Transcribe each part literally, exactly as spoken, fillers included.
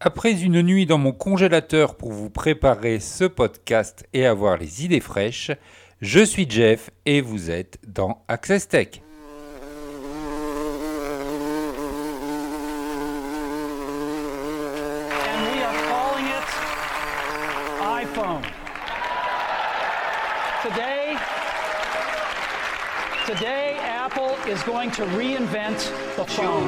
Après une nuit dans mon congélateur pour vous préparer ce podcast et avoir les idées fraîches, je suis Jeff et vous êtes dans Access Tech. And we are calling it iPhone. Today, today Apple is going to reinvent the phone.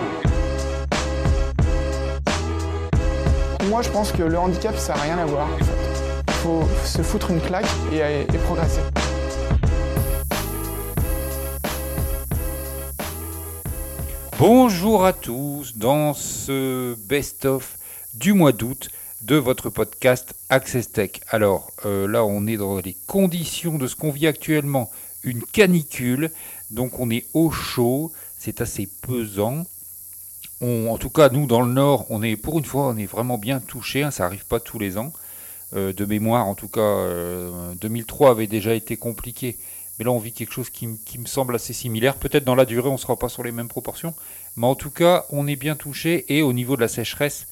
Moi, je pense que le handicap, ça n'a rien à voir. Il faut se foutre une claque et, et progresser. Bonjour à tous dans ce best-of du mois d'août de votre podcast Access Tech. Alors euh, là, on est dans les conditions de ce qu'on vit actuellement, une canicule, donc on est au chaud, c'est assez pesant. On, en tout cas, nous, dans le Nord, on est, pour une fois, on est vraiment bien touché. Hein, ça n'arrive pas tous les ans. Euh, de mémoire, en tout cas, euh, deux mille trois avait déjà été compliqué. Mais là, on vit quelque chose qui, qui me semble assez similaire. Peut-être dans la durée, on ne sera pas sur les mêmes proportions. Mais en tout cas, on est bien touché. Et au niveau de la sécheresse,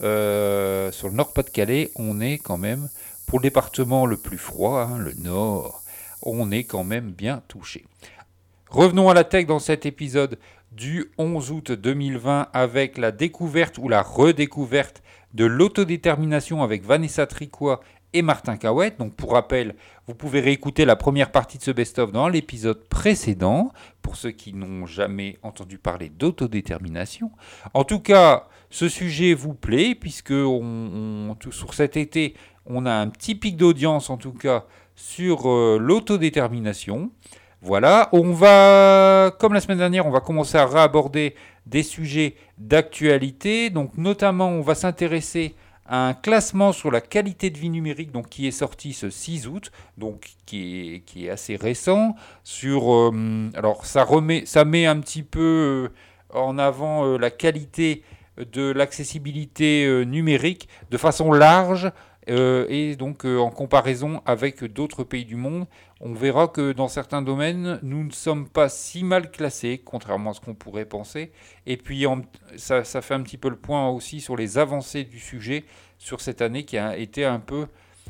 euh, sur le Nord-Pas-de-Calais, on est quand même, pour le département le plus froid, hein, le Nord, on est quand même bien touché. Revenons à la tech dans cet épisode du onze août deux mille vingt avec la découverte ou la redécouverte de l'autodétermination avec Vanessa Tricois et Martin Cahouette. Donc pour rappel, vous pouvez réécouter la première partie de ce best-of dans l'épisode précédent, pour ceux qui n'ont jamais entendu parler d'autodétermination. En tout cas, ce sujet vous plaît, puisque on, on, sur cet été, on a un petit pic d'audience en tout cas sur euh, l'autodétermination. Voilà, on va, comme la semaine dernière, on va commencer à réaborder des sujets d'actualité. Donc, notamment, on va s'intéresser à un classement sur la qualité de vie numérique, donc qui est sorti ce six août, donc qui est, qui est assez récent. Sur, euh, alors, ça remet, ça met un petit peu euh, en avant euh, la qualité de l'accessibilité euh, numérique de façon large. Euh, et donc euh, en comparaison avec d'autres pays du monde, on verra que dans certains domaines, nous ne sommes pas si mal classés, contrairement à ce qu'on pourrait penser. Et puis en, ça, ça fait un petit peu le point aussi sur les avancées du sujet sur cette année qui a été un peu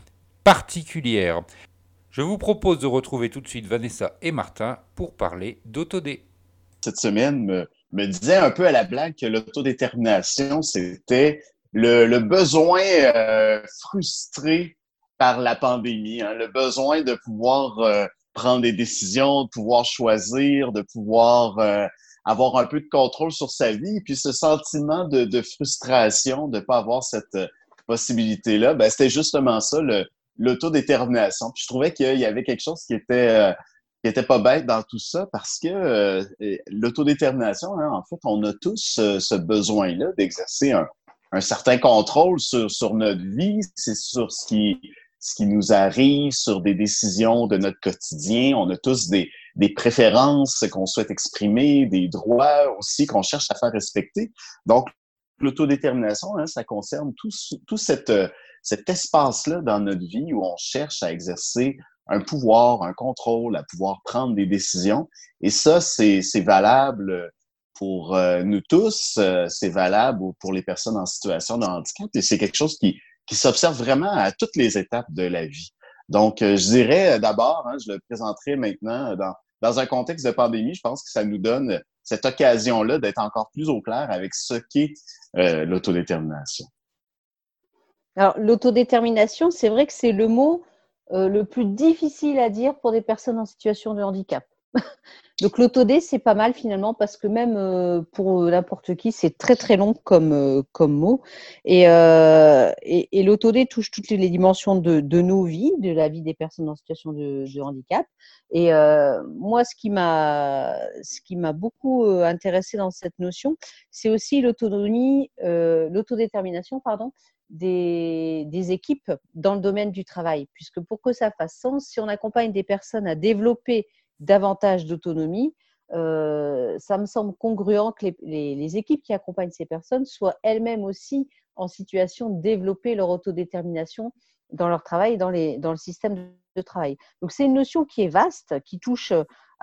particulière. Je vous propose de retrouver tout de suite Vanessa et Martin pour parler d'autodé. Cette semaine me, me disait un peu à la blague que l'autodétermination, c'était le, le besoin euh, frustré par la pandémie, hein, le besoin de pouvoir euh, prendre des décisions, de pouvoir choisir, de pouvoir euh, avoir un peu de contrôle sur sa vie, et puis ce sentiment de, de frustration de ne pas avoir cette euh, possibilité-là, ben, c'était justement ça, le, l'autodétermination. Puis je trouvais qu'il y avait quelque chose qui était... Euh, qui était pas bête dans tout ça parce que euh, l'autodétermination, hein, en fait, on a tous euh, ce besoin-là d'exercer un, un certain contrôle sur, sur notre vie, c'est sur ce qui, ce qui nous arrive, sur des décisions de notre quotidien. On a tous des, des préférences qu'on souhaite exprimer, des droits aussi qu'on cherche à faire respecter. Donc, l'autodétermination, hein, ça concerne tout, tout cette, cet espace-là dans notre vie où on cherche à exercer un pouvoir, un contrôle, à pouvoir prendre des décisions. Et ça, c'est, c'est valable pour euh, nous tous, euh, c'est valable pour les personnes en situation de handicap et c'est quelque chose qui, qui s'observe vraiment à toutes les étapes de la vie. Donc, euh, je dirais d'abord, hein, je le présenterai maintenant dans, dans un contexte de pandémie, je pense que ça nous donne cette occasion-là d'être encore plus au clair avec ce qu'est euh, l'autodétermination. Alors, l'autodétermination, c'est vrai que c'est le mot Euh, le plus difficile à dire pour des personnes en situation de handicap. Donc l'autodé, c'est pas mal finalement parce que même euh, pour n'importe qui, c'est très très long comme, euh, comme mot. Et, euh, et, et l'autodé touche toutes les dimensions de, de nos vies, de la vie des personnes en situation de, de handicap. Et euh, moi, ce qui m'a, ce qui m'a beaucoup euh, intéressé dans cette notion, c'est aussi l'autonomie, euh, l'autodétermination, pardon, des, des équipes dans le domaine du travail. Puisque pour que ça fasse sens, si on accompagne des personnes à développer davantage d'autonomie, euh, ça me semble congruent que les, les, les équipes qui accompagnent ces personnes soient elles-mêmes aussi en situation de développer leur autodétermination dans leur travail, dans, les, dans le système de travail. Donc, c'est une notion qui est vaste, qui touche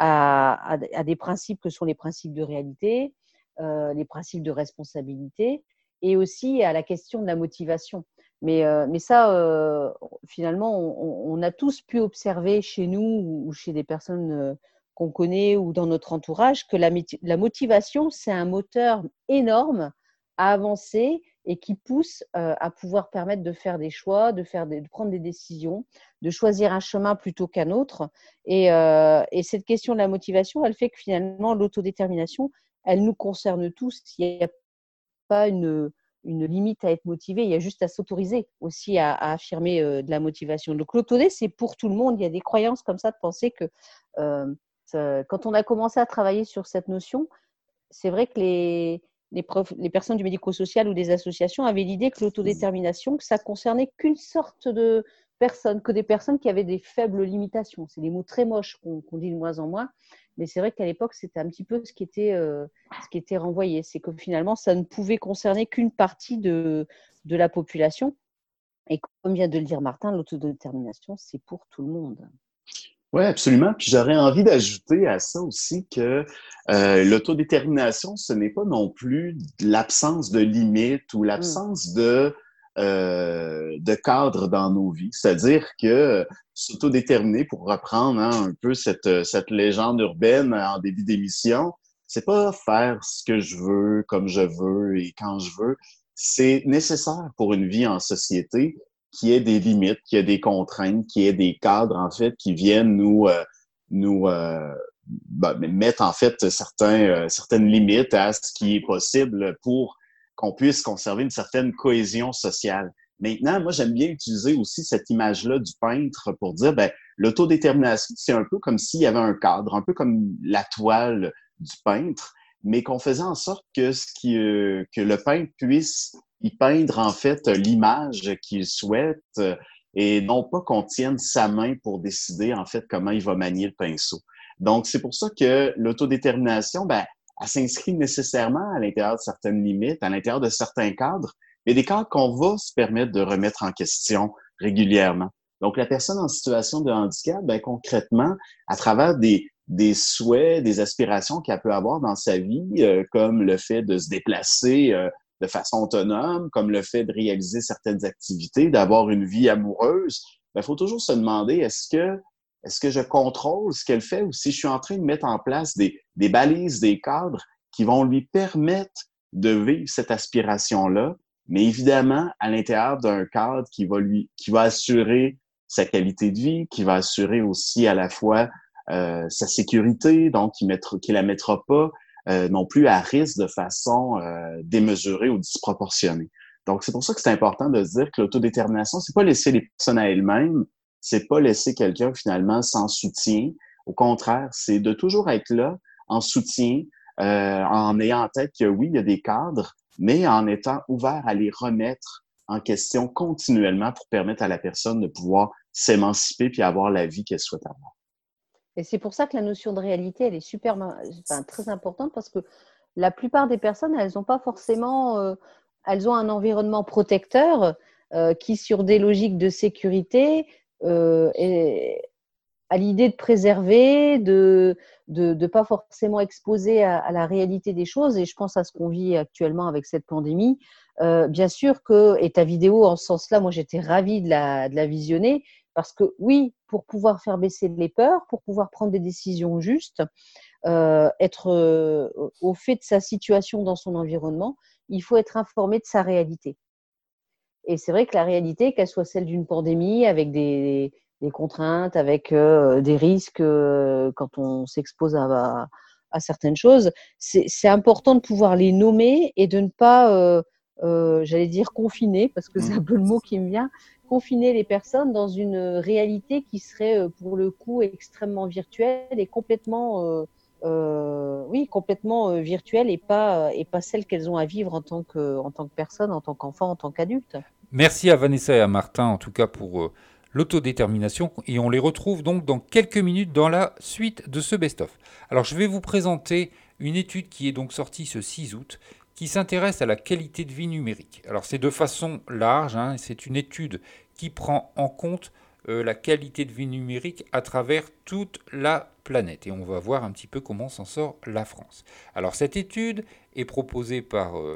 à, à, à des principes que sont les principes de réalité, euh, les principes de responsabilité, et aussi à la question de la motivation. Mais, euh, mais ça, euh, finalement, on, on a tous pu observer chez nous ou chez des personnes euh, qu'on connaît ou dans notre entourage que la, la motivation, c'est un moteur énorme à avancer et qui pousse euh, à pouvoir permettre de faire des choix, de, faire des, de prendre des décisions, de choisir un chemin plutôt qu'un autre. Et, euh, et cette question de la motivation, elle fait que finalement, l'autodétermination, elle nous concerne tous. Il n'y a pas une, une limite à être motivé, il y a juste à s'autoriser aussi à, à affirmer euh, de la motivation. Donc l'autodé, c'est pour tout le monde. Il y a des croyances comme ça de penser que euh, ça, quand on a commencé à travailler sur cette notion, c'est vrai que les, les, prof, les personnes du médico-social ou des associations avaient l'idée que l'autodétermination, que ça concernait qu'une sorte de personnes, que des personnes qui avaient des faibles limitations. C'est des mots très moches qu'on, qu'on dit de moins en moins, mais c'est vrai qu'à l'époque, c'était un petit peu ce qui était, euh, ce qui était renvoyé. C'est que finalement, ça ne pouvait concerner qu'une partie de, de la population. Et comme vient de le dire Martin, l'autodétermination, c'est pour tout le monde. Oui, absolument. Puis j'aurais envie d'ajouter à ça aussi que euh, l'autodétermination, ce n'est pas non plus l'absence de limites ou l'absence mmh. de, euh, de cadre dans nos vies. C'est-à-dire que s'autodéterminer, pour reprendre hein, un peu cette, cette légende urbaine en début d'émission, c'est pas faire ce que je veux, comme je veux et quand je veux. C'est nécessaire pour une vie en société qu'il y ait des limites, qu'il y ait des contraintes, qu'il y ait des cadres, en fait, qui viennent nous, euh, nous euh, ben, mettre, en fait, certains, euh, certaines limites à ce qui est possible pour qu'on puisse conserver une certaine cohésion sociale. Maintenant, moi, j'aime bien utiliser aussi cette image-là du peintre pour dire, ben, l'autodétermination, c'est un peu comme s'il y avait un cadre, un peu comme la toile du peintre, mais qu'on faisait en sorte que ce qui, euh, que le peintre puisse y peindre en fait l'image qu'il souhaite euh, et non pas qu'on tienne sa main pour décider en fait comment il va manier le pinceau. Donc c'est pour ça que l'autodétermination, ben, elle s'inscrit nécessairement à l'intérieur de certaines limites, à l'intérieur de certains cadres, mais des cadres qu'on va se permettre de remettre en question régulièrement. Donc la personne en situation de handicap, ben concrètement, à travers des des souhaits, des aspirations qu'elle peut avoir dans sa vie, euh, comme le fait de se déplacer euh, de façon autonome, comme le fait de réaliser certaines activités, d'avoir une vie amoureuse, il faut toujours se demander, est-ce que, est-ce que je contrôle ce qu'elle fait ou si je suis en train de mettre en place des, des balises, des cadres qui vont lui permettre de vivre cette aspiration-là, mais évidemment à l'intérieur d'un cadre qui va lui, qui va assurer sa qualité de vie, qui va assurer aussi à la fois euh, sa sécurité, donc qui ne qui la mettra pas Euh, non plus à risque de façon euh, démesurée ou disproportionnée. Donc, c'est pour ça que c'est important de se dire que l'autodétermination, c'est pas laisser les personnes à elles-mêmes, c'est pas laisser quelqu'un finalement sans soutien. Au contraire, c'est de toujours être là en soutien, euh, en ayant en tête que oui, il y a des cadres, mais en étant ouvert à les remettre en question continuellement pour permettre à la personne de pouvoir s'émanciper puis avoir la vie qu'elle souhaite avoir. Et c'est pour ça que la notion de réalité, elle est super, enfin, très importante parce que la plupart des personnes, elles n'ont pas forcément, euh, elles ont un environnement protecteur euh, qui, sur des logiques de sécurité, euh, est, a l'idée de préserver, de de de pas forcément exposer à, à la réalité des choses. Et je pense à ce qu'on vit actuellement avec cette pandémie. Euh, bien sûr que, et ta vidéo en ce sens-là, moi j'étais ravie de la de la visionner. Parce que oui, pour pouvoir faire baisser les peurs, pour pouvoir prendre des décisions justes, euh, être euh, au fait de sa situation dans son environnement, il faut être informé de sa réalité. Et c'est vrai que la réalité, qu'elle soit celle d'une pandémie, avec des, des contraintes, avec euh, des risques euh, quand on s'expose à, à, à certaines choses, c'est, c'est important de pouvoir les nommer et de ne pas, euh, euh, j'allais dire confiner, parce que c'est un peu le mot qui me vient, confiner les personnes dans une réalité qui serait pour le coup extrêmement virtuelle et complètement, euh, euh, oui, complètement euh, virtuelle et pas et pas celle qu'elles ont à vivre en tant que en tant que personne, en tant qu'enfant, en tant qu'adulte. Merci à Vanessa et à Martin en tout cas pour euh, l'autodétermination et on les retrouve donc dans quelques minutes dans la suite de ce best-of. Alors je vais vous présenter une étude qui est donc sortie ce six août qui s'intéresse à la qualité de vie numérique. Alors c'est de façon large, hein, c'est une étude qui prend en compte euh, la qualité de vie numérique à travers toute la planète. Et on va voir un petit peu comment s'en sort la France. Alors cette étude est proposée par euh,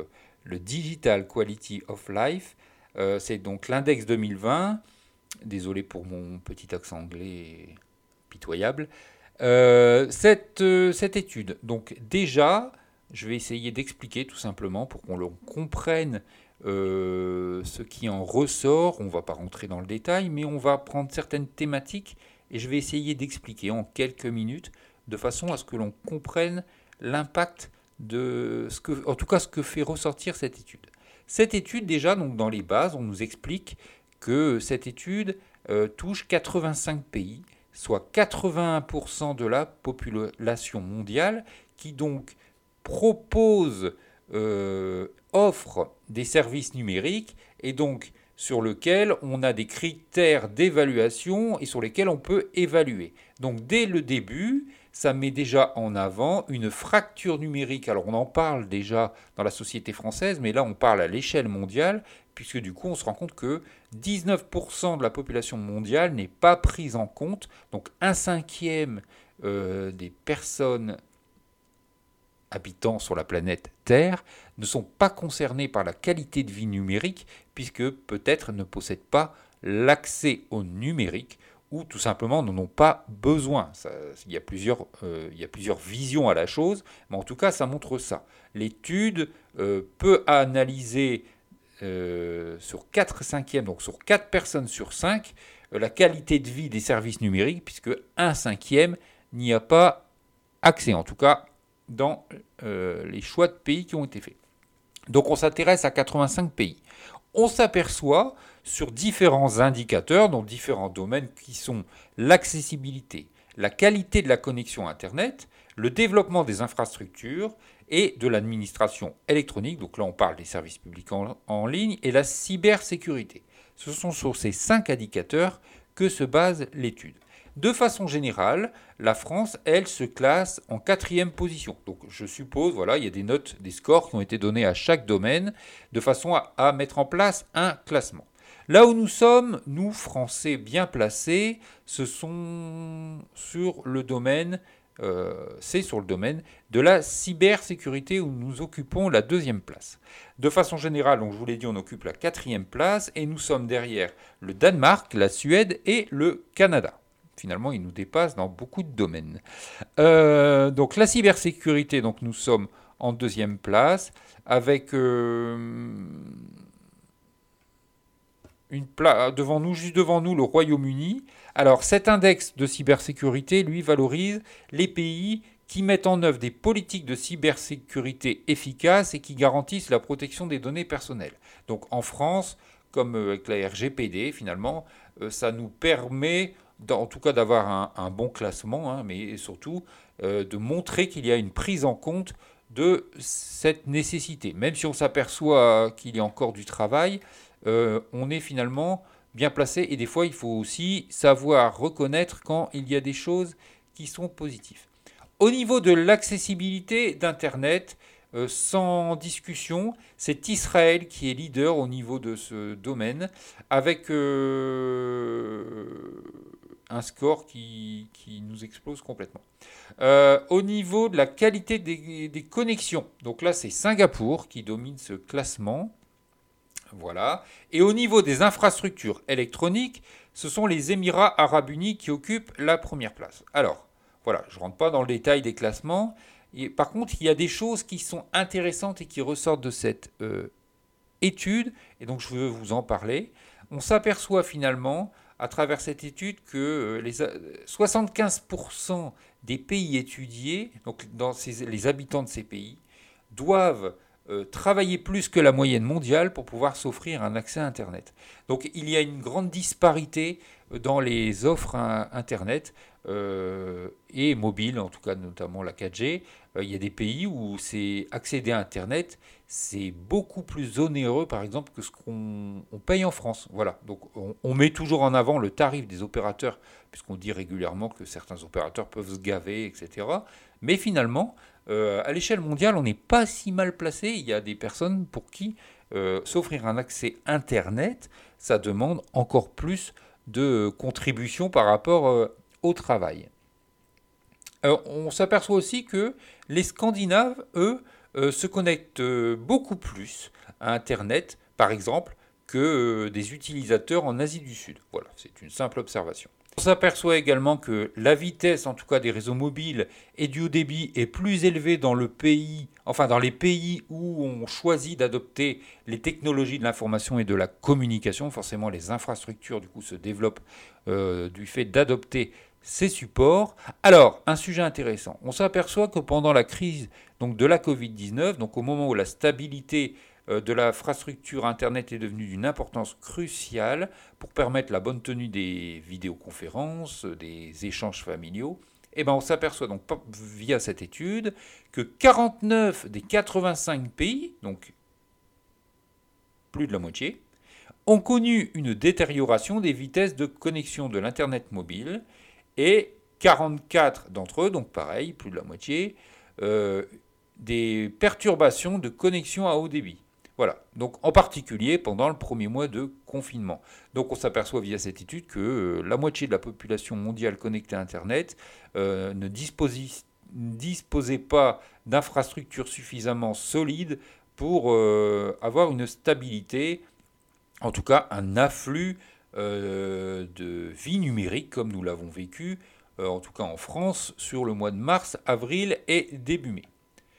le Digital Quality of Life. Euh, c'est donc l'index deux mille vingt. Désolé pour mon petit accent anglais pitoyable. Euh, cette, euh, cette étude, donc déjà, je vais essayer d'expliquer tout simplement pour qu'on le comprenne euh, ce qui en ressort. On ne va pas rentrer dans le détail, mais on va prendre certaines thématiques et je vais essayer d'expliquer en quelques minutes de façon à ce que l'on comprenne l'impact de ce que, en tout cas ce que fait ressortir cette étude. Cette étude déjà, donc dans les bases, on nous explique que cette étude euh, touche quatre-vingt-cinq pays, soit quatre-vingt-un pour cent de la population mondiale, qui donc propose, euh, offre des services numériques, et donc sur lequel on a des critères d'évaluation et sur lesquels on peut évaluer. Donc dès le début, ça met déjà en avant une fracture numérique. Alors on en parle déjà dans la société française, mais là on parle à l'échelle mondiale, puisque du coup on se rend compte que dix-neuf pour cent de la population mondiale n'est pas prise en compte. Donc un cinquième euh, des personnes habitant sur la planète Terre ne sont pas concernés par la qualité de vie numérique, puisque peut-être ne possèdent pas l'accès au numérique ou tout simplement n'en ont pas besoin. Ça, il, y a plusieurs, euh, il y a plusieurs visions à la chose, mais en tout cas ça montre ça. L'étude euh, peut analyser euh, sur quatre cinquièmes, donc sur quatre personnes sur cinq, euh, la qualité de vie des services numériques, puisque un cinquième n'y a pas accès, en tout cas dans euh, les choix de pays qui ont été faits. Donc on s'intéresse à quatre-vingt-cinq pays. On s'aperçoit sur différents indicateurs, dans différents domaines qui sont l'accessibilité, la qualité de la connexion Internet, le développement des infrastructures et de l'administration électronique, donc là on parle des services publics en, en ligne, et la cybersécurité. Ce sont sur ces cinq indicateurs que se base l'étude. De façon générale, la France, elle, se classe en quatrième position. Donc je suppose, voilà, il y a des notes, des scores qui ont été donnés à chaque domaine, de façon à, à mettre en place un classement. Là où nous sommes, nous, Français bien placés, ce sont sur le domaine, euh, c'est sur le domaine de la cybersécurité où nous occupons la deuxième place. De façon générale, donc je vous l'ai dit, on occupe la quatrième place et nous sommes derrière le Danemark, la Suède et le Canada. Finalement, il nous dépasse dans beaucoup de domaines. Euh, donc la cybersécurité, donc nous sommes en deuxième place avec euh, une pla- devant nous, juste devant nous, le Royaume-Uni. Alors cet index de cybersécurité, lui, valorise les pays qui mettent en œuvre des politiques de cybersécurité efficaces et qui garantissent la protection des données personnelles. Donc en France, comme avec la R G P D, finalement, euh, ça nous permet en tout cas d'avoir un, un bon classement, hein, mais surtout euh, de montrer qu'il y a une prise en compte de cette nécessité. Même si on s'aperçoit qu'il y a encore du travail, euh, on est finalement bien placé et des fois il faut aussi savoir reconnaître quand il y a des choses qui sont positives. Au niveau de l'accessibilité d'Internet, euh, sans discussion, c'est Israël qui est leader au niveau de ce domaine avec euh, un score qui, qui nous explose complètement. Euh, au niveau de la qualité des, des connexions, donc là c'est Singapour qui domine ce classement. Voilà. Et au niveau des infrastructures électroniques, ce sont les Émirats arabes unis qui occupent la première place. Alors, voilà, je ne rentre pas dans le détail des classements. Et, par contre, il y a des choses qui sont intéressantes et qui ressortent de cette euh, étude, et donc je veux vous en parler. On s'aperçoit finalement à travers cette étude que les soixante-quinze pour cent des pays étudiés, donc dans ces, les habitants de ces pays, doivent euh, travailler plus que la moyenne mondiale pour pouvoir s'offrir un accès à Internet. Donc il y a une grande disparité dans les offres à Internet euh, et mobiles, en tout cas notamment la quatre G. Euh, il y a des pays où c'est accéder à Internet, c'est beaucoup plus onéreux, par exemple, que ce qu'on on paye en France. Voilà. Donc, on, on met toujours en avant le tarif des opérateurs, puisqu'on dit régulièrement que certains opérateurs peuvent se gaver, et cetera. Mais finalement, euh, à l'échelle mondiale, on n'est pas si mal placé. Il y a des personnes pour qui euh, s'offrir un accès Internet, ça demande encore plus de contribution par rapport euh, au travail. Alors, on s'aperçoit aussi que les Scandinaves, eux, euh, se connectent euh, beaucoup plus à Internet, par exemple, que euh, des utilisateurs en Asie du Sud. Voilà, c'est une simple observation. On s'aperçoit également que la vitesse, en tout cas des réseaux mobiles et du haut débit, est plus élevée dans le pays, enfin dans les pays où on choisit d'adopter les technologies de l'information et de la communication. Forcément, les infrastructures du coup se développent euh, du fait d'adopter ces supports. Alors, un sujet intéressant. On s'aperçoit que pendant la crise donc, de la covid dix-neuf, donc au moment où la stabilité de l'infrastructure Internet est devenue d'une importance cruciale pour permettre la bonne tenue des vidéoconférences, des échanges familiaux, et ben on s'aperçoit donc via cette étude que quarante-neuf des quatre-vingt-cinq pays, donc plus de la moitié, ont connu une détérioration des vitesses de connexion de l'Internet mobile et quarante-quatre d'entre eux, donc pareil, plus de la moitié, euh, des perturbations de connexion à haut débit. Voilà, donc en particulier pendant le premier mois de confinement. Donc on s'aperçoit via cette étude que euh, la moitié de la population mondiale connectée à Internet euh, ne disposait, disposait pas d'infrastructures suffisamment solides pour euh, avoir une stabilité, en tout cas un afflux euh, de vie numérique comme nous l'avons vécu, euh, en tout cas en France, sur le mois de mars, avril et début mai.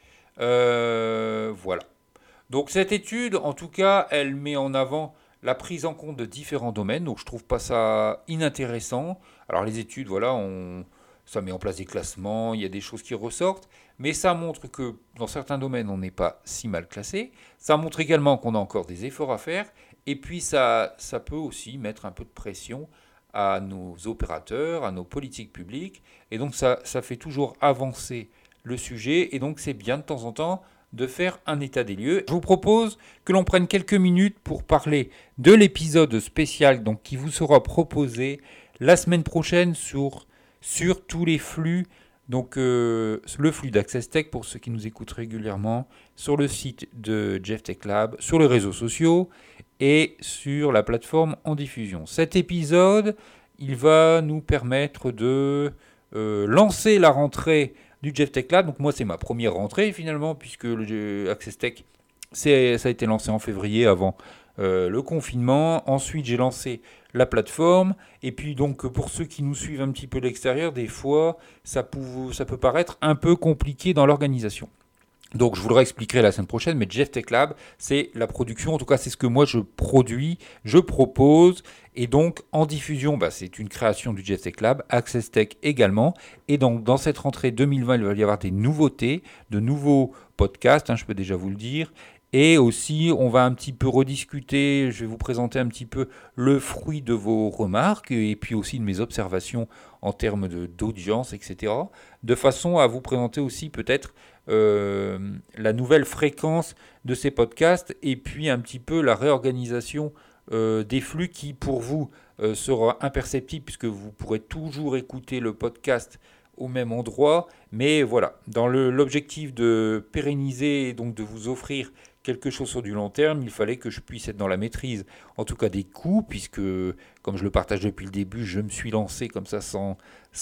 Euh, voilà. Donc cette étude, en tout cas, elle met en avant la prise en compte de différents domaines, donc je trouve pas ça inintéressant. Alors les études, voilà, on, ça met en place des classements, il y a des choses qui ressortent, mais ça montre que dans certains domaines, on n'est pas si mal classé. Ça montre également qu'on a encore des efforts à faire, et puis ça, ça peut aussi mettre un peu de pression à nos opérateurs, à nos politiques publiques, et donc ça, ça fait toujours avancer le sujet, et donc c'est bien de temps en temps de faire un état des lieux. Je vous propose que l'on prenne quelques minutes pour parler de l'épisode spécial donc, qui vous sera proposé la semaine prochaine sur, sur tous les flux, donc euh, le flux d'AccessTech pour ceux qui nous écoutent régulièrement, sur le site de Jeff Tech Lab, sur les réseaux sociaux et sur la plateforme en diffusion. Cet épisode, il va nous permettre de euh, lancer la rentrée du Jeff Tech Lab. Donc moi c'est ma première rentrée finalement puisque le AccessTech c'est, ça a été lancé en février avant euh, le confinement. Ensuite j'ai lancé la plateforme et puis donc pour ceux qui nous suivent un petit peu de l'extérieur, des fois ça peut, ça peut paraître un peu compliqué dans l'organisation. Donc je vous le réexpliquerai la semaine prochaine, mais Jeff Tech Lab, c'est la production, en tout cas c'est ce que moi je produis, je propose, et donc en diffusion, bah, c'est une création du Jeff Tech Lab, AccessTech également, et donc dans cette rentrée deux mille vingt, il va y avoir des nouveautés, de nouveaux podcasts, hein, je peux déjà vous le dire, et aussi on va un petit peu rediscuter, je vais vous présenter un petit peu le fruit de vos remarques, et puis aussi de mes observations en termes de, d'audience, et cetera, de façon à vous présenter aussi peut-être Euh, la nouvelle fréquence de ces podcasts et puis un petit peu la réorganisation euh, des flux qui pour vous euh, sera imperceptible puisque vous pourrez toujours écouter le podcast au même endroit, mais voilà, dans le, l'objectif de pérenniser et donc de vous offrir quelque chose sur du long terme, il fallait que je puisse être dans la maîtrise, en tout cas des coûts, puisque, comme je le partage depuis le début, je me suis lancé comme ça sans,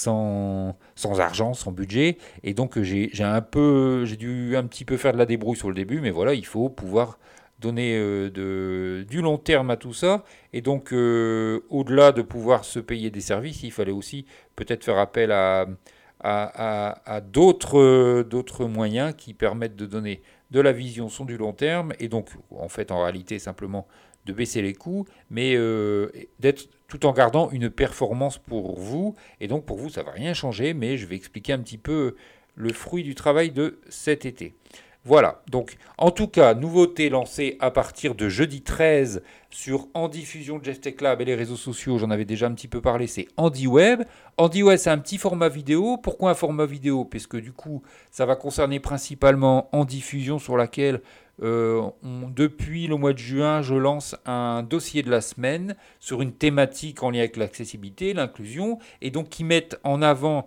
sans, sans argent, sans budget, et donc j'ai, j'ai un peu, j'ai dû un petit peu faire de la débrouille sur le début, mais voilà, il faut pouvoir donner euh, de, du long terme à tout ça, et donc euh, au-delà de pouvoir se payer des services, il fallait aussi peut-être faire appel à, à, à, à d'autres, euh, d'autres moyens qui permettent de donner de la vision sur du long terme, et donc en fait en réalité simplement de baisser les coûts, mais euh, d'être tout en gardant une performance pour vous, et donc pour vous ça ne va rien changer, mais je vais expliquer un petit peu le fruit du travail de cet été. Voilà, donc en tout cas, nouveauté lancée à partir de jeudi treize sur En Diffusion de Jeff Tech Lab et les réseaux sociaux, j'en avais déjà un petit peu parlé, c'est HandiWeb. HandiWeb, c'est un petit format vidéo. Pourquoi un format vidéo ? Parce que du coup, ça va concerner principalement En Diffusion sur laquelle, euh, on, depuis le mois de juin, je lance un dossier de la semaine sur une thématique en lien avec l'accessibilité, l'inclusion, et donc qui mettent en avant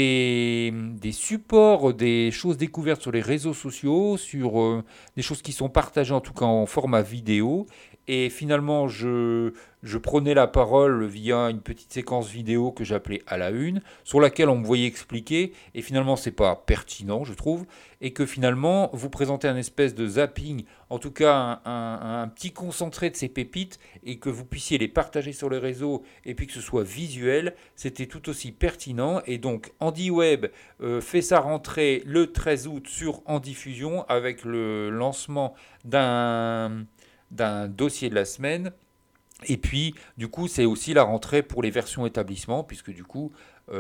Des, des supports, des choses découvertes sur les réseaux sociaux, sur euh, des choses qui sont partagées en tout cas en format vidéo. Et finalement, je, je prenais la parole via une petite séquence vidéo que j'appelais à la une, sur laquelle on me voyait expliquer, et finalement, c'est pas pertinent, je trouve, et que finalement, vous présentez un espèce de zapping, en tout cas un, un, un petit concentré de ces pépites, et que vous puissiez les partager sur les réseaux, et puis que ce soit visuel, c'était tout aussi pertinent. Et donc, HandiWeb euh, fait sa rentrée le treize août sur HandiFusion, avec le lancement d'un... d'un dossier de la semaine. Et puis, du coup, c'est aussi la rentrée pour les versions établissement, puisque du coup,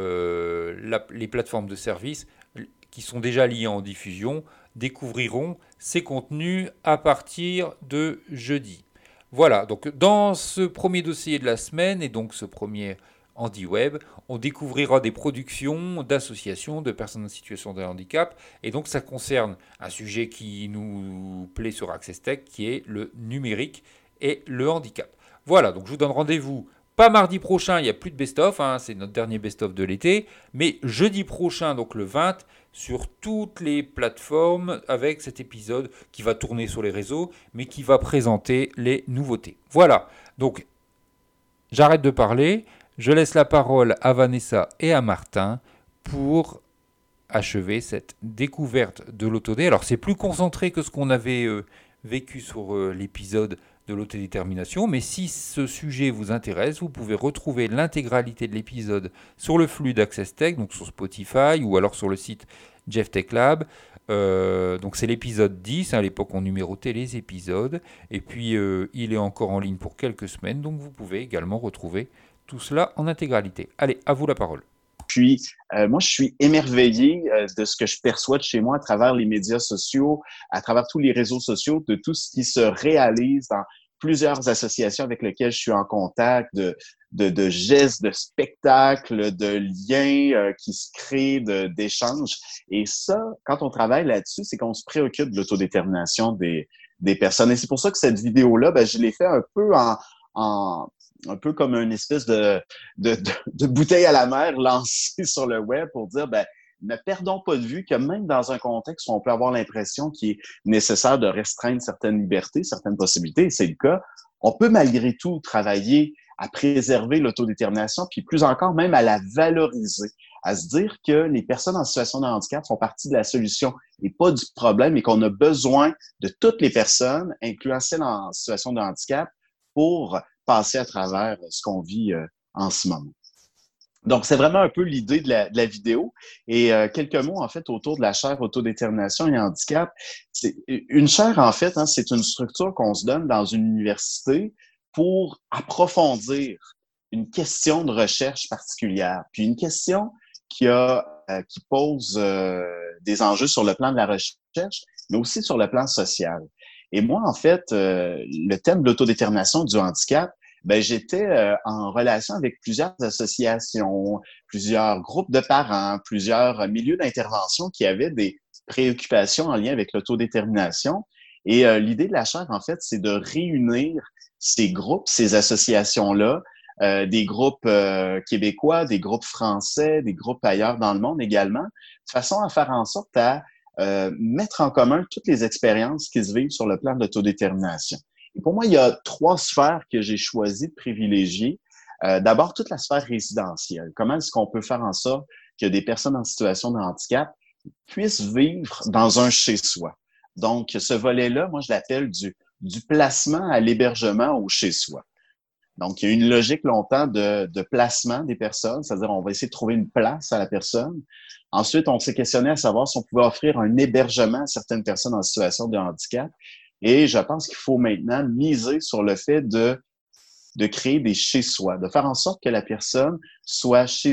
euh, la, les plateformes de services qui sont déjà liées en diffusion découvriront ces contenus à partir de jeudi. Voilà, donc dans ce premier dossier de la semaine, et donc ce premier HandiWeb, on découvrira des productions d'associations de personnes en situation de handicap, et donc ça concerne un sujet qui nous plaît sur AccessTech, qui est le numérique et le handicap. Voilà, donc je vous donne rendez-vous, pas mardi prochain, il n'y a plus de best-of, hein, c'est notre dernier best-of de l'été, mais jeudi prochain, donc le vingt, sur toutes les plateformes, avec cet épisode qui va tourner sur les réseaux, mais qui va présenter les nouveautés. Voilà, donc j'arrête de parler. Je laisse la parole à Vanessa et à Martin pour achever cette découverte de l'Auto D. Alors, c'est plus concentré que ce qu'on avait euh, vécu sur euh, l'épisode de l'autodétermination, mais si ce sujet vous intéresse, vous pouvez retrouver l'intégralité de l'épisode sur le flux d'AccessTech, donc sur Spotify ou alors sur le site Jeff Tech Lab. Euh, donc c'est l'épisode dix, hein, à l'époque on numérotait les épisodes, et puis euh, il est encore en ligne pour quelques semaines, donc vous pouvez également retrouver tout cela en intégralité. Allez, à vous la parole. Puis, euh, moi, je suis émerveillé euh, de ce que je perçois de chez moi à travers les médias sociaux, à travers tous les réseaux sociaux, de tout ce qui se réalise dans plusieurs associations avec lesquelles je suis en contact, de, de, de gestes, de spectacles, de liens euh, qui se créent, de, d'échanges. Et ça, quand on travaille là-dessus, c'est qu'on se préoccupe de l'autodétermination des, des personnes. Et c'est pour ça que cette vidéo-là, ben, je l'ai fait un peu en... en un peu comme une espèce de, de, de, de bouteille à la mer lancée sur le web pour dire, ben, ne perdons pas de vue que même dans un contexte où on peut avoir l'impression qu'il est nécessaire de restreindre certaines libertés, certaines possibilités, et c'est le cas, on peut malgré tout travailler à préserver l'autodétermination, puis plus encore même à la valoriser, à se dire que les personnes en situation de handicap font partie de la solution et pas du problème, et qu'on a besoin de toutes les personnes, incluant celles en situation de handicap, pour passer à travers ce qu'on vit euh, en ce moment. Donc, c'est vraiment un peu l'idée de la, de la vidéo. Et euh, quelques mots, en fait, autour de la chaire autodétermination et handicap. C'est, une chaire, en fait, hein, c'est une structure qu'on se donne dans une université pour approfondir une question de recherche particulière. Puis une question qui, a, euh, qui pose euh, des enjeux sur le plan de la recherche, mais aussi sur le plan social. Et moi, en fait, euh, le thème de l'autodétermination du handicap, ben j'étais euh, en relation avec plusieurs associations, plusieurs groupes de parents, plusieurs milieux d'intervention qui avaient des préoccupations en lien avec l'autodétermination. Et euh, l'idée de la chaire, en fait, c'est de réunir ces groupes, ces associations-là, euh, des groupes euh, québécois, des groupes français, des groupes ailleurs dans le monde également, de façon à faire en sorte à euh, mettre en commun toutes les expériences qui se vivent sur le plan de l'autodétermination. Et pour moi, il y a trois sphères que j'ai choisi de privilégier. Euh, d'abord, toute la sphère résidentielle. Comment est-ce qu'on peut faire en sorte que des personnes en situation de handicap puissent vivre dans un chez-soi? Donc, ce volet-là, moi, je l'appelle du, du placement à l'hébergement au chez-soi. Donc, il y a une logique longtemps de, de placement des personnes, c'est-à-dire on va essayer de trouver une place à la personne. Ensuite, on s'est questionné à savoir si on pouvait offrir un hébergement à certaines personnes en situation de handicap. Et je pense qu'il faut maintenant miser sur le fait de, de créer des chez-soi, de faire en sorte que la personne soit chez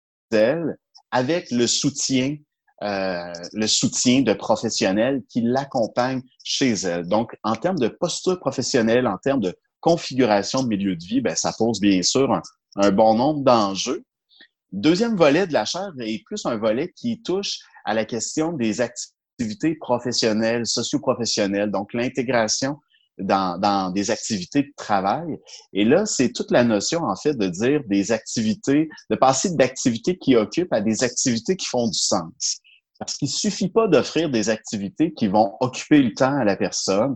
elle avec le soutien, euh, le soutien de professionnels qui l'accompagnent chez elle. Donc, en termes de posture professionnelle, en termes de configuration de milieu de vie, ben, ça pose bien sûr un, un bon nombre d'enjeux. Deuxième volet de la chaire est plus un volet qui touche à la question des activités activités professionnelles, socio-professionnelles, donc l'intégration dans, dans des activités de travail. Et là, c'est toute la notion, en fait, de dire des activités, de passer d'activités qui occupent à des activités qui font du sens. Parce qu'il suffit pas d'offrir des activités qui vont occuper le temps à la personne,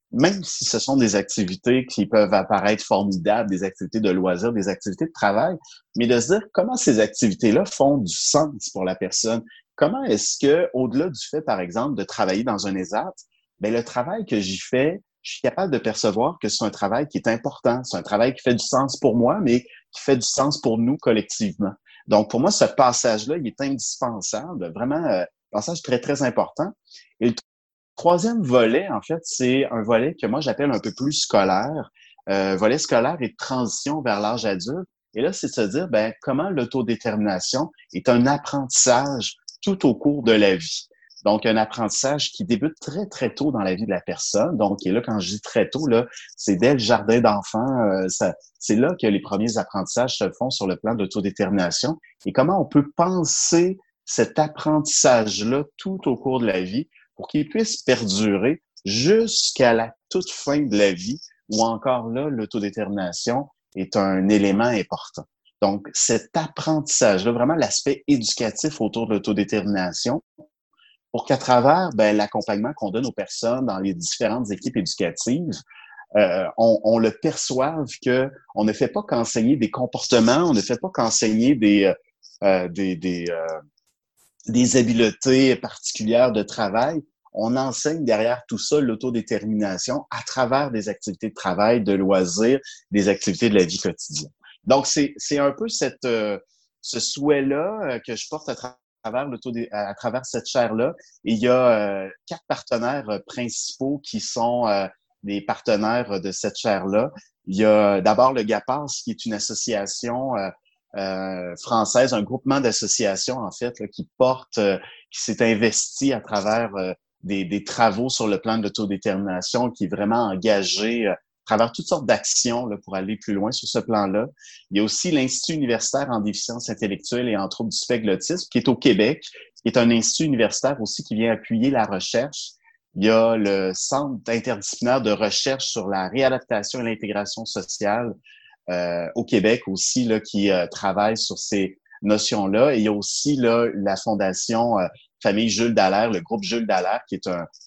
même si ce sont des activités qui peuvent apparaître formidables, des activités de loisirs, des activités de travail, mais de se dire comment ces activités-là font du sens pour la personne. Comment est-ce que, au-delà du fait, par exemple, de travailler dans un ESAT, ben le travail que j'y fais, je suis capable de percevoir que c'est un travail qui est important, c'est un travail qui fait du sens pour moi, mais qui fait du sens pour nous collectivement. Donc, pour moi, ce passage-là, il est indispensable, vraiment euh, un passage très, très important. Et le troisième volet, en fait, c'est un volet que moi, j'appelle un peu plus scolaire, euh, volet scolaire et de transition vers l'âge adulte. Et là, c'est de se dire, ben, comment l'autodétermination est un apprentissage tout au cours de la vie. Donc, un apprentissage qui débute très, très tôt dans la vie de la personne. Donc, et là, quand je dis très tôt, là, c'est dès le jardin d'enfants. Euh, ça, c'est là que les premiers apprentissages se font sur le plan de l'autodétermination. Et comment on peut penser cet apprentissage-là tout au cours de la vie pour qu'il puisse perdurer jusqu'à la toute fin de la vie, où encore là, l'autodétermination est un élément important. Donc, cet apprentissage-là, vraiment l'aspect éducatif autour de l'autodétermination, pour qu'à travers ben, l'accompagnement qu'on donne aux personnes dans les différentes équipes éducatives, euh, on, on le perçoive que on ne fait pas qu'enseigner des comportements, on ne fait pas qu'enseigner des euh, des des, euh, des habiletés particulières de travail. On enseigne derrière tout ça l'autodétermination à travers des activités de travail, de loisirs, des activités de la vie quotidienne. Donc c'est c'est un peu cette euh, ce souhait-là euh, que je porte à travers à travers cette chaire-là. Et il y a euh, quatre partenaires euh, principaux qui sont euh, des partenaires de cette chaire-là. Il y a d'abord le GAPAS, qui est une association euh, euh, française, un groupement d'associations, en fait, là, qui porte, euh, qui s'est investi à travers euh, des, des travaux sur le plan de l'autodétermination, qui est vraiment engagé euh, à travers toutes sortes d'actions là, pour aller plus loin sur ce plan-là. Il y a aussi l'Institut universitaire en déficience intellectuelle et en troubles du spectre de l'autisme, qui est au Québec, qui est un institut universitaire aussi qui vient appuyer la recherche. Il y a le Centre interdisciplinaire de recherche sur la réadaptation et l'intégration sociale euh, au Québec aussi, là, qui euh, travaille sur ces notions-là. Et il y a aussi là, la Fondation euh, Famille Jules Dallaire, le groupe Jules Dallaire, qui est un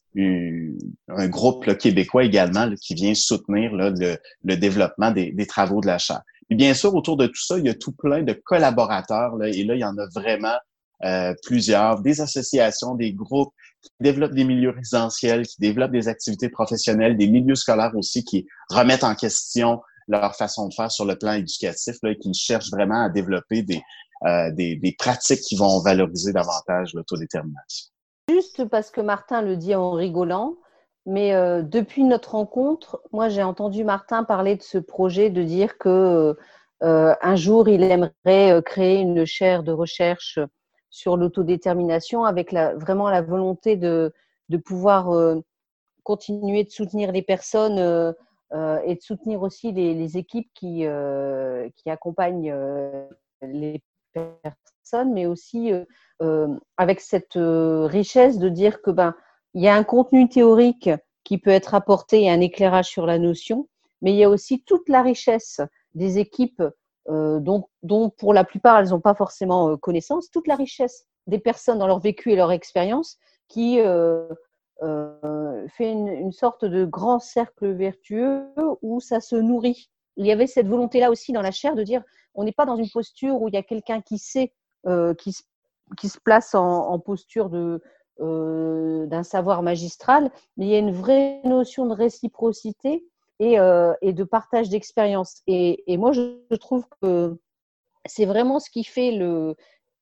un groupe là, québécois également là, qui vient soutenir là, le, le développement des, des travaux de la chaire. Et bien sûr, autour de tout ça, il y a tout plein de collaborateurs, là, et là, il y en a vraiment euh, plusieurs, des associations, des groupes qui développent des milieux résidentiels, qui développent des activités professionnelles, des milieux scolaires aussi qui remettent en question leur façon de faire sur le plan éducatif, là, et qui cherchent vraiment à développer des, euh, des, des pratiques qui vont valoriser davantage l'autodétermination. Juste parce que Martin le dit en rigolant, mais euh, depuis notre rencontre, moi j'ai entendu Martin parler de ce projet, de dire que euh, un jour il aimerait euh, créer une chaire de recherche sur l'autodétermination avec la, vraiment la volonté de, de pouvoir euh, continuer de soutenir les personnes euh, euh, et de soutenir aussi les, les équipes qui, euh, qui accompagnent euh, les personnes, mais aussi euh, euh, avec cette euh, richesse de dire que ben il y a un contenu théorique qui peut être apporté et un éclairage sur la notion, mais il y a aussi toute la richesse des équipes euh, dont, dont pour la plupart elles n'ont pas forcément euh, connaissance, toute la richesse des personnes dans leur vécu et leur expérience qui euh, euh, fait une, une sorte de grand cercle vertueux où ça se nourrit. Il y avait cette volonté-là aussi dans la chaire de dire on n'est pas dans une posture où il y a quelqu'un qui sait, euh, qui, se, qui se place en, en posture de, euh, d'un savoir magistral, mais il y a une vraie notion de réciprocité et, euh, et de partage d'expérience. Et, et moi, je, je trouve que c'est vraiment ce qui fait le,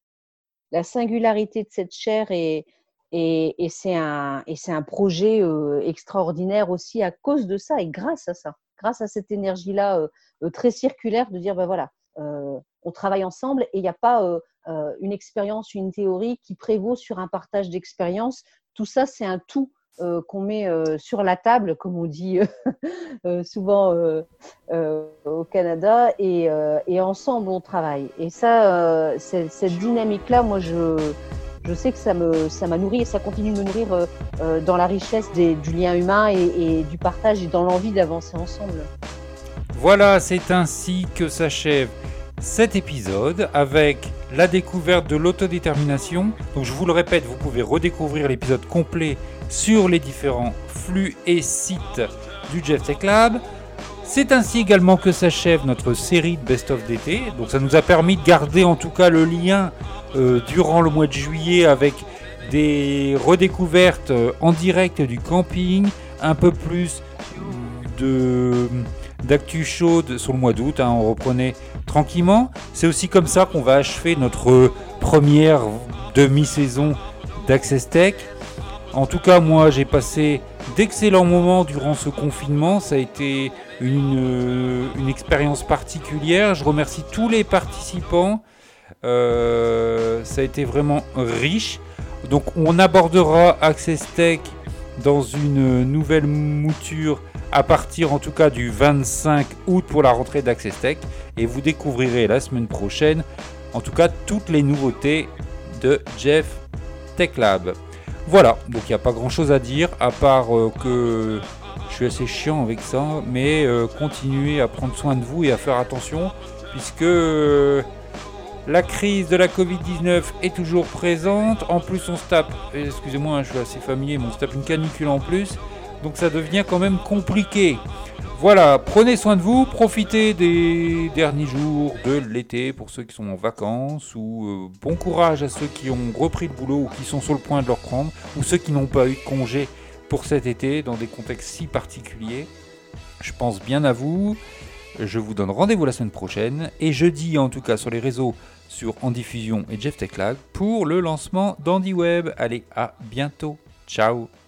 la singularité de cette chaire et, et, et, c'est, un, et c'est un projet euh, extraordinaire aussi à cause de ça et grâce à ça, grâce à cette énergie-là euh, très circulaire de dire, ben voilà, Euh, on travaille ensemble et il n'y a pas euh, euh, une expérience, une théorie qui prévaut sur un partage d'expérience. Tout ça, c'est un tout euh, qu'on met euh, sur la table, comme on dit euh, souvent euh, euh, au Canada, et, euh, et ensemble, on travaille. Et ça, euh, c'est, cette dynamique-là, moi, je, je sais que ça, me, ça m'a nourri et ça continue de me nourrir euh, euh, dans la richesse des, du lien humain et, et du partage et dans l'envie d'avancer ensemble. Voilà, c'est ainsi que s'achève cet épisode avec la découverte de l'autodétermination. Donc je vous le répète, vous pouvez redécouvrir l'épisode complet sur les différents flux et sites du Jeff Tech Lab. C'est ainsi également que s'achève notre série de best-of d'été. Donc ça nous a permis de garder en tout cas le lien euh, durant le mois de juillet avec des redécouvertes euh, en direct du camping, un peu plus de, d'actu chaude sur le mois d'août. Hein, on reprenait tranquillement. C'est aussi comme ça qu'on va achever notre première demi-saison d'Access Tech. En tout cas, moi, j'ai passé d'excellents moments durant ce confinement. Ça a été une, une expérience particulière. Je remercie tous les participants. Euh, ça a été vraiment riche. Donc, on abordera Access Tech dans une nouvelle mouture à partir, en tout cas, du vingt-cinq août pour la rentrée d'Access Tech. Et vous découvrirez la semaine prochaine, en tout cas, toutes les nouveautés de Jeff Tech Lab. Voilà, donc il n'y a pas grand chose à dire, à part euh, que je suis assez chiant avec ça, mais euh, continuez à prendre soin de vous et à faire attention, puisque euh, la crise de la covid dix-neuf est toujours présente. En plus, on se tape, excusez-moi, hein, je suis assez familier, mais on se tape une canicule en plus, donc ça devient quand même compliqué. Voilà, prenez soin de vous, profitez des derniers jours de l'été pour ceux qui sont en vacances, ou euh, bon courage à ceux qui ont repris le boulot ou qui sont sur le point de le reprendre, ou ceux qui n'ont pas eu de congé pour cet été dans des contextes si particuliers. Je pense bien à vous, je vous donne rendez-vous la semaine prochaine, et jeudi en tout cas sur les réseaux, sur En Diffusion et Jeff Tech Lab pour le lancement d'Andy Web. Allez, à bientôt, ciao.